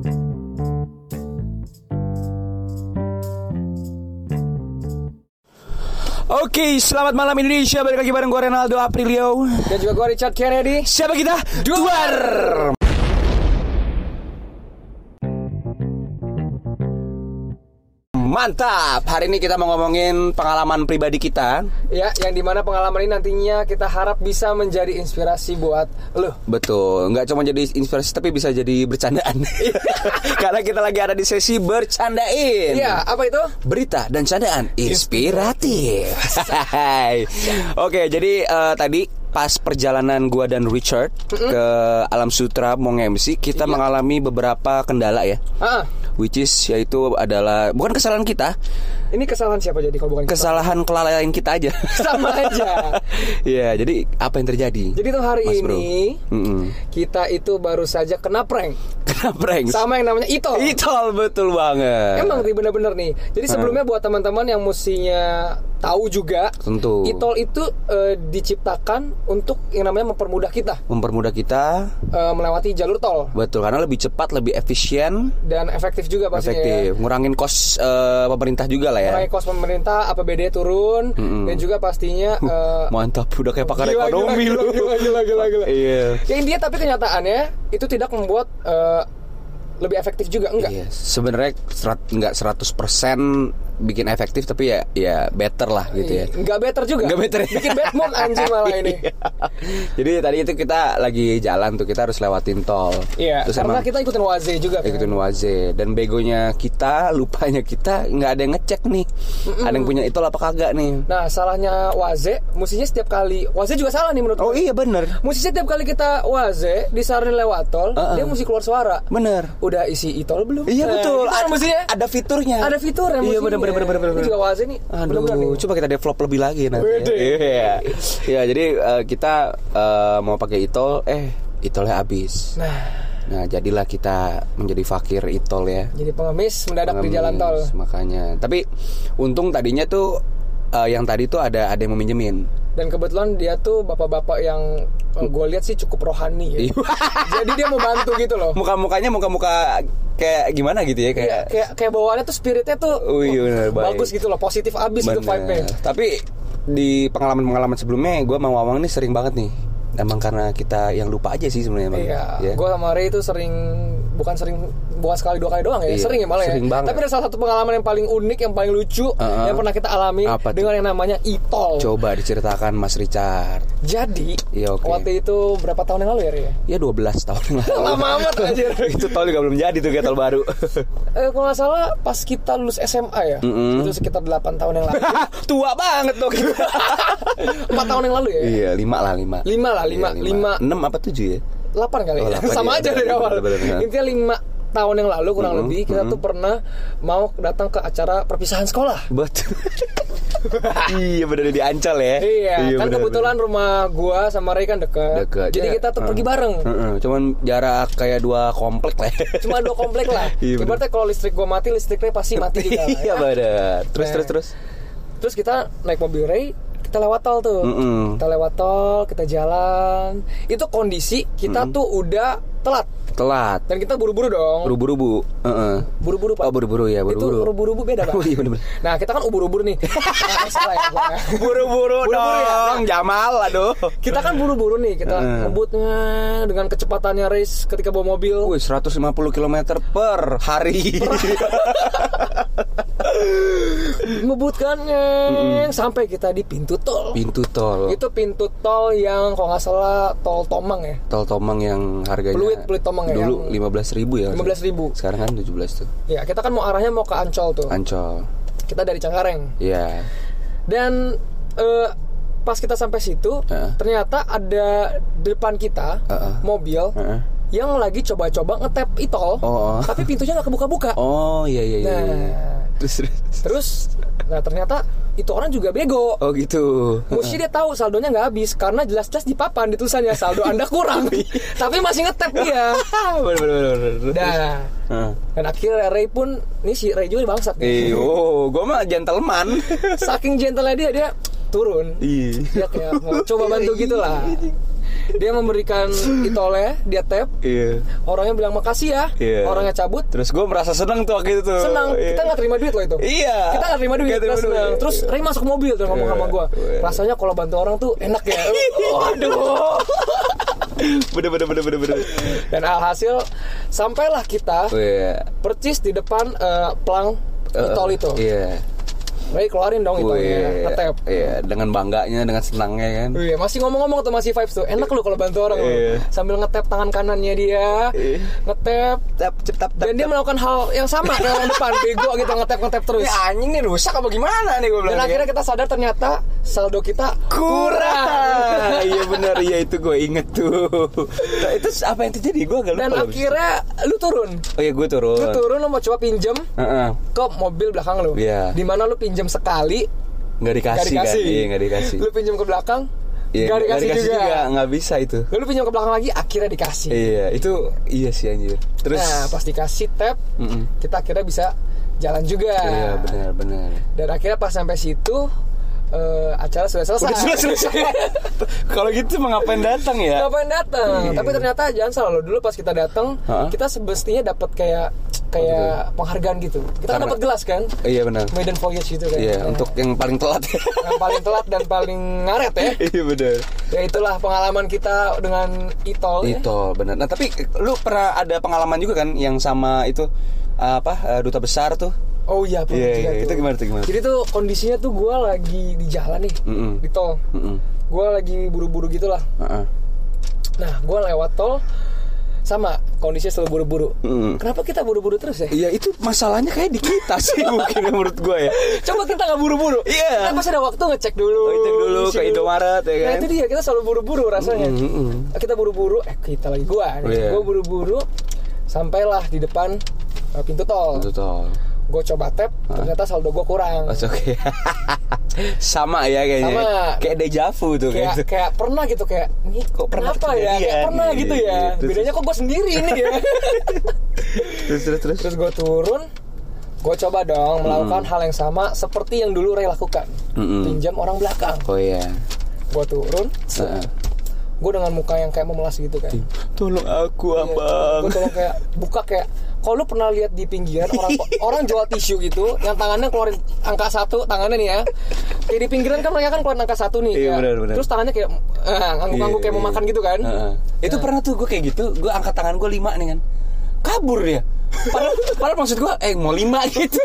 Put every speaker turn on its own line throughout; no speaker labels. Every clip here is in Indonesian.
Oke, selamat malam Indonesia. Balik lagi bareng gue Renaldo Aprilio
dan juga gue Richard Kennedy.
Siapa kita? Duar. Mantap. Hari ini kita mau ngomongin pengalaman pribadi kita.
Ya, yang dimana pengalaman ini nantinya kita harap bisa menjadi inspirasi buat lo.
Betul, nggak cuma jadi inspirasi tapi bisa jadi bercandaan. Karena kita lagi ada di sesi bercandain.
Iya, apa itu?
Berita dan candaan inspiratif. Oke, jadi tadi pas perjalanan gua dan Richard ke Alam Sutra mau nge-MC, kita mengalami beberapa kendala ya. Which is yaitu adalah bukan kesalahan kita.
Ini kesalahan siapa jadi kalau bukan
kesalahan kelalaian kita aja.
Sama aja.
Iya, jadi apa yang terjadi?
Jadi tuh hari ini kita itu baru saja kena prank.
Kena prank
sama yang namanya Itol.
Itol, betul banget.
Emang bener-bener nih. Jadi sebelumnya buat teman-teman yang mestinya tahu juga,
tentu
Itol itu diciptakan untuk yang namanya mempermudah kita melewati jalur tol.
Betul, karena lebih cepat, lebih efisien
dan efektif juga pastinya.
Efektif, ngurangin kos pemerintah juga lah ya.
Ngurangin kos pemerintah, APBD turun, dan juga pastinya
mantap, udah kayak pakar ekonomi lu.
Gila.
Iya.
Ya intinya tapi kenyataannya itu tidak membuat lebih efektif juga, enggak.
Iya, sebenarnya enggak 100% bikin efektif, tapi ya better lah gitu ya.
Enggak better juga.
Enggak better.
Bikin bad mood anjing malah ini.
Jadi tadi itu kita lagi jalan tuh, kita harus lewatin tol.
Iya. Terus karena kita ikutin Waze juga kan.
Ikutin Waze, dan begonya kita, lupanya kita nggak ada yang ngecek nih. Ada yang punya Itol apa kagak nih.
Nah, salahnya Waze, mestinya setiap kali Waze juga salah nih menurut
gue. Oh iya bener.
Mestinya setiap kali kita Waze disaranin lewat tol, dia mesti keluar suara.
Bener.
Udah isi Itol belum?
Iya betul.
Ada fiturnya. Ada fiturnya.
Iya bener.
Ini juga Waze nih.
Aduh, coba kita develop lebih lagi nanti. Iya. Ya, jadi kita mau pakai Itol, Itolnya habis. Nah, jadilah kita menjadi fakir Itol ya.
Jadi pengemis mendadak di jalan tol.
Makanya. Tapi untung tadinya tuh yang tadi tuh ada yang mau minjemin.
Dan kebetulan dia tuh bapak-bapak yang gue lihat sih cukup rohani ya. Jadi dia mau bantu gitu loh.
Muka-mukanya muka-muka kayak gimana gitu ya,
kayak bawaannya tuh spiritnya tuh bagus gitu loh, positif abis gitu vibe-nya.
Tapi di pengalaman-pengalaman sebelumnya gue sama Wawang nih sering banget nih. Emang karena kita yang lupa aja sih sebenarnya.
Iya. Ya? Gue sama Ray itu bukan sekali dua kali doang ya. Iya, sering ya malah ya.
Banget.
Tapi ada salah satu pengalaman yang paling unik, yang paling lucu yang pernah kita alami dengan yang namanya Itol.
Coba diceritakan Mas Richard.
Jadi waktu itu berapa tahun yang lalu ya Ray?
Ya 12 tahun yang lalu.
Lama amat aja.
Itu tol juga belum jadi tuh, kayak tol baru.
Kalau gak salah pas kita lulus SMA ya. Itu sekitar 8 tahun yang lalu.
Tua banget tuh kita.
4 tahun yang lalu ya.
Iya, 5 lah.
5
6 apa 7 ya?
8 kali ya. Sama aja dari awal. Intinya 5 tahun yang lalu kurang lebih kita tuh pernah mau datang ke acara perpisahan sekolah.
Betul. Iya bener, di Ancol ya.
Iya kan bener, kebetulan rumah gua sama Ray kan dekat. Jadi kita tuh pergi bareng.
Cuman jarak kayak 2 komplek lah.
Cuma 2 komplek lah. Ibaratnya kalau listrik gua mati, listrik Ray pasti mati juga.
Iya bener. Terus
kita naik mobil Ray, kita lewat tol tuh. Kita lewat tol, kita jalan. Itu kondisi kita tuh udah telat. Dan kita buru-buru dong.
Buru-buru.
Buru-buru Pak.
Oh buru-buru ya, buru-buru.
Itu buru-buru beda Pak.
Oh iya bener.
Nah kita kan buru-buru nih. Salah ya gua.
Buru-buru dong ya? Jamal, aduh.
Kita kan buru-buru nih. Kita ngebutnya dengan kecepatannya race ketika bawa mobil.
150 km per hari.
Ngebutkannya sampai kita di pintu tol. Itu pintu tol yang kalau nggak salah tol Tomang ya.
Tol Tomang yang harganya
Pluit Tomang ya.
Dulu 15.000 ya.
15.000.
Sekarang kan 17 tuh.
Ya kita kan mau arahnya mau ke Ancol tuh. Kita dari Cengkareng.
Iya.
Dan pas kita sampai situ ternyata ada depan kita mobil yang lagi coba-coba ngetap Itol. Tapi pintunya nggak kebuka-buka.
Oh iya.
Nah, terus ternyata itu orang juga bego.
Oh gitu.
Mesti dia tahu saldonya nggak habis karena jelas-jelas di papan di tulisannya saldo Anda kurang. Tapi masih ngetap dia.
Bener.
Dan akhirnya Ray pun, nih si Ray juga bangsat nih.
Gue mah gentleman.
Saking gentlenya dia turun. Dia kayak mau coba bantu gitulah. Dia memberikan itolnya, dia tap. Orangnya bilang makasih ya. Orangnya cabut.
Terus gue merasa senang tuh waktu itu tuh.
Senang. Kita nggak terima duit loh itu.
Kita
nggak terima duit. Kita senang. Terus Ray masuk mobil tuh ngomong sama gue. Rasanya kalau bantu orang tuh enak ya. Waduh.
Bener.
Dan alhasil sampailah kita percis di depan plang itol itu. Ray keluarin dong itolnya, ngetap.
Dengan bangganya, dengan senangnya kan.
Masih ngomong-ngomong tuh, masih vibes tuh. Enak lu kalau bantu orang lu. Sambil ngetap tangan kanannya dia, ngetap. Dan dia melakukan hal yang sama kayak orang depan, bego gitu, ngetap terus.
Anjing nih rusak apa gimana nih gue bilang.
Dan akhirnya kita sadar ternyata saldo kita kurang.
Iya benar, iya itu gue inget tuh. Nah, itu apa yang terjadi? Gue agak lupa.
Dan akhirnya lu turun.
Oh iya gue turun.
Lu turun, lu mau coba pinjem ke mobil belakang lu. Di mana lu pinjem sekali
nggak dikasih. Kan? Iya nggak dikasih.
Lu pinjam ke belakang nggak dikasih juga.
Nggak bisa itu.
Lu pinjam ke belakang lagi akhirnya dikasih.
Iya itu iya sih anjir. Terus
pas dikasih tap kita akhirnya bisa jalan juga.
Iya benar.
Dan akhirnya pas sampai situ acara sudah selesai.
Sudah selesai. Kalau gitu ngapain datang ya?
Ngapain datang? Tapi ternyata jangan salah lo, dulu pas kita datang kita semestinya dapat kayak penghargaan gitu. Kita dapat gelas kan?
Iya benar.
Maiden Voyage gitu kan.
Iya, untuk yang paling telat.
Yang paling telat dan paling ngaret ya.
Iya benar.
Ya itulah pengalaman kita dengan Itol.
Itol benar. Nah, tapi lu pernah ada pengalaman juga kan yang sama itu duta besar tuh?
Oh iya,
itu gimana?
Jadi tuh kondisinya tuh gue lagi di jalan nih, di tol. Gue lagi buru-buru gitulah. Nah, gue lewat tol sama kondisinya selalu buru-buru. Kenapa kita buru-buru terus ya?
Iya, itu masalahnya kayak di kita sih mungkin menurut gue ya.
Coba kita nggak buru-buru.
Iya.
Kita pasti ada waktu ngecek dulu.
Ke Indomaret ya kan.
Nah itu dia, kita selalu buru-buru rasanya. Kita buru-buru. Kita lagi gue buru-buru. Sampailah di depan pintu tol. Gue coba tap, ternyata saldo gue kurang.
Oke. Sama ya kayaknya. Sama. Kayak deja vu tuh
kayak pernah gitu, kayak ini kok kenapa ya? Kayak pernah gitu ya. Bedanya kok gue sendiri ini ya. Terus gue turun. Gue coba dong melakukan hal yang sama seperti yang dulu Ray lakukan. Pinjam orang belakang.
Oh iya.
Gue turun. Gue dengan muka yang kayak memelas gitu kan.
Tolong aku abang.
Gue tolong kayak buka kayak. Kalau lu pernah lihat di pinggiran orang jual tisu gitu, yang tangannya keluarin angka 1 tangannya nih ya. Kayak di pinggiran kan mereka kan keluarin angka 1 nih. Iya, bener. Terus tangannya kayak ngangguk-ngangguk kayak mau makan gitu kan.
Itu pernah tuh gue kayak gitu, gue angkat tangan gue 5 nih kan. Kabur dia. Padahal maksud gue mau 5 gitu.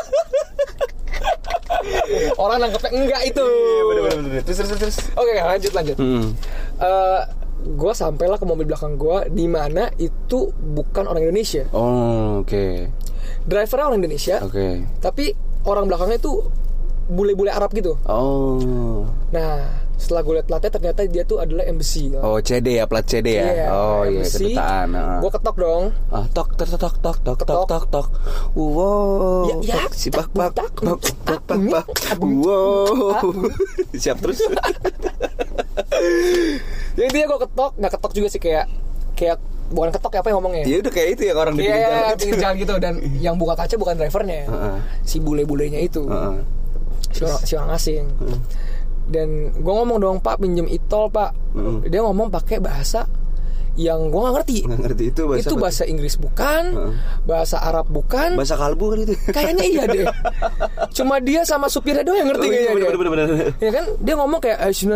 Orang nangkepnya enggak itu.
Bener. Terus.
Oke, lanjut. Gue sampailah ke mobil belakang gue di mana itu bukan orang Indonesia.
Oh, oke.
Drivernya orang Indonesia.
Oke.
Tapi orang belakangnya itu bule-bule Arab gitu.
Oh.
Nah, setelah gue liat platnya ternyata dia tuh adalah embassy.
Oh, CD ya, plat CD ya. Oh iya, kedutaan.
Gue ketok dong.
Tok. Wow.
Ya,
si bak. Wow. Siap terus.
Ya intinya gue ketok, nggak ketok juga sih kayak bukan ketok apa yang ngomongnya?
Iya udah kayak itu yang orang di
pinggir jalan gitu dan yang buka kaca bukan drivernya, si bule-bulenya itu, si orang asing. Dan gue ngomong dong, Pak pinjem Itol Pak. Dia ngomong pakai bahasa yang gue nggak ngerti. Itu bahasa Inggris bukan, bahasa Arab bukan,
bahasa kalbu kan itu.
Kayaknya iya deh. Cuma dia sama supirnya doang yang ngerti kayaknya. Bener. Ya kan dia ngomong kayak gitu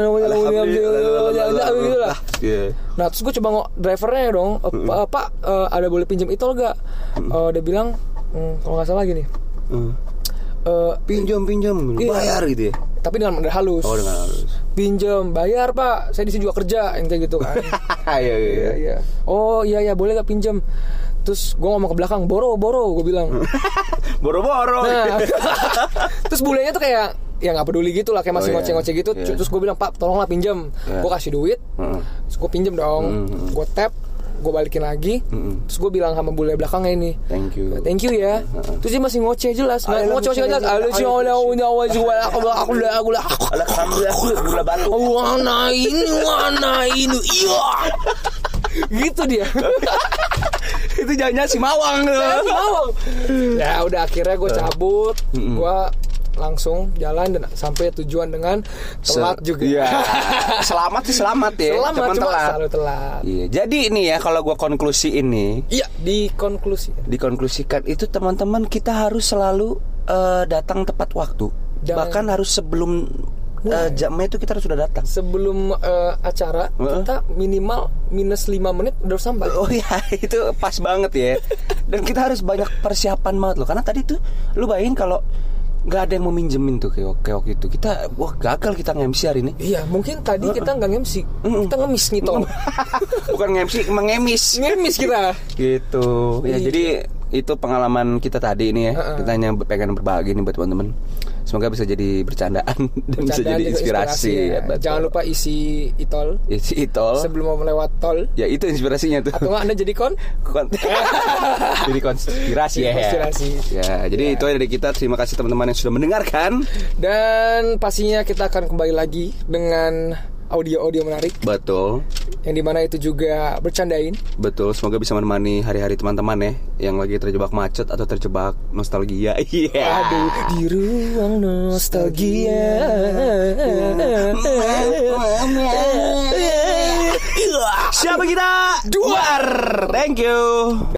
lah. Nah terus gue coba drivernya dong, Pak ada boleh pinjam Itol gak? Dia bilang kalau nggak salah gini.
Pinjam bayar gitu ya.
Tapi dengan halus.
Oh dengan halus.
Pinjam bayar Pak, saya di sini juga kerja, yang kayak gitu kan. Iya. Oh iya boleh gak pinjam. Terus gue ngomong ke belakang, boro gue bilang.
Boro.
Nah, terus bulenya tuh kayak ya nggak peduli gitu lah, kayak masih ngoceh-ngoceh gitu. Terus gue bilang, Pak tolonglah pinjam. Gue kasih duit. Terus gue pinjam dong. Gue tap. Gue balikin lagi. Terus gue bilang sama bule belakangnya ini, thank you ya. Terus dia masih ngoceh jelas. Ngoceh jelas. Warna ini. Iya. Gitu dia.
Itu jangan si Mawang.
Ya udah akhirnya gue cabut. Gue langsung jalan dan sampai tujuan dengan telat juga.
Iya. Selamat sih selamat ya.
Selamat, cuma
telat.
selalu telat.
Iya. Jadi ini ya kalau gue konklusi ini.
Iya, dikonklusikan
itu teman-teman kita harus selalu datang tepat waktu. Bahkan harus sebelum jamnya itu kita harus sudah datang.
Sebelum acara kita minimal minus 5 menit udah sampai.
Oh iya, itu pas banget ya. Dan kita harus banyak persiapan banget loh. Karena tadi tuh lu bayangin kalau nggak ada yang mau minjemin tuh keok itu, kita gagal kita nge-MC hari ini.
Iya, mungkin tadi kita nggak nge-MC, kita ngemis nih toh.
Bukan nge-MC, ngemis
kita.
Gitu. Ya jadi itu pengalaman kita tadi ini ya. Kita hanya pengen berbagi nih buat teman-teman. Semoga bisa jadi bercandaan dan bisa jadi inspirasi ya.
Jangan lupa isi e-tol. Sebelum mau melewat tol.
Ya itu inspirasinya tuh.
Atau nggak Anda jadi
jadi konspirasi ya. Ya, jadi itu dari kita. Terima kasih teman-teman yang sudah mendengarkan.
Dan pastinya kita akan kembali lagi dengan audio-audio menarik.
Betul.
Yang dimana itu juga bercandain.
Betul. Semoga bisa menemani hari-hari teman-teman ya yang lagi terjebak macet atau terjebak nostalgia. Iya.
Aduh, di ruang nostalgia.
Siapa kita? Duar. Thank you.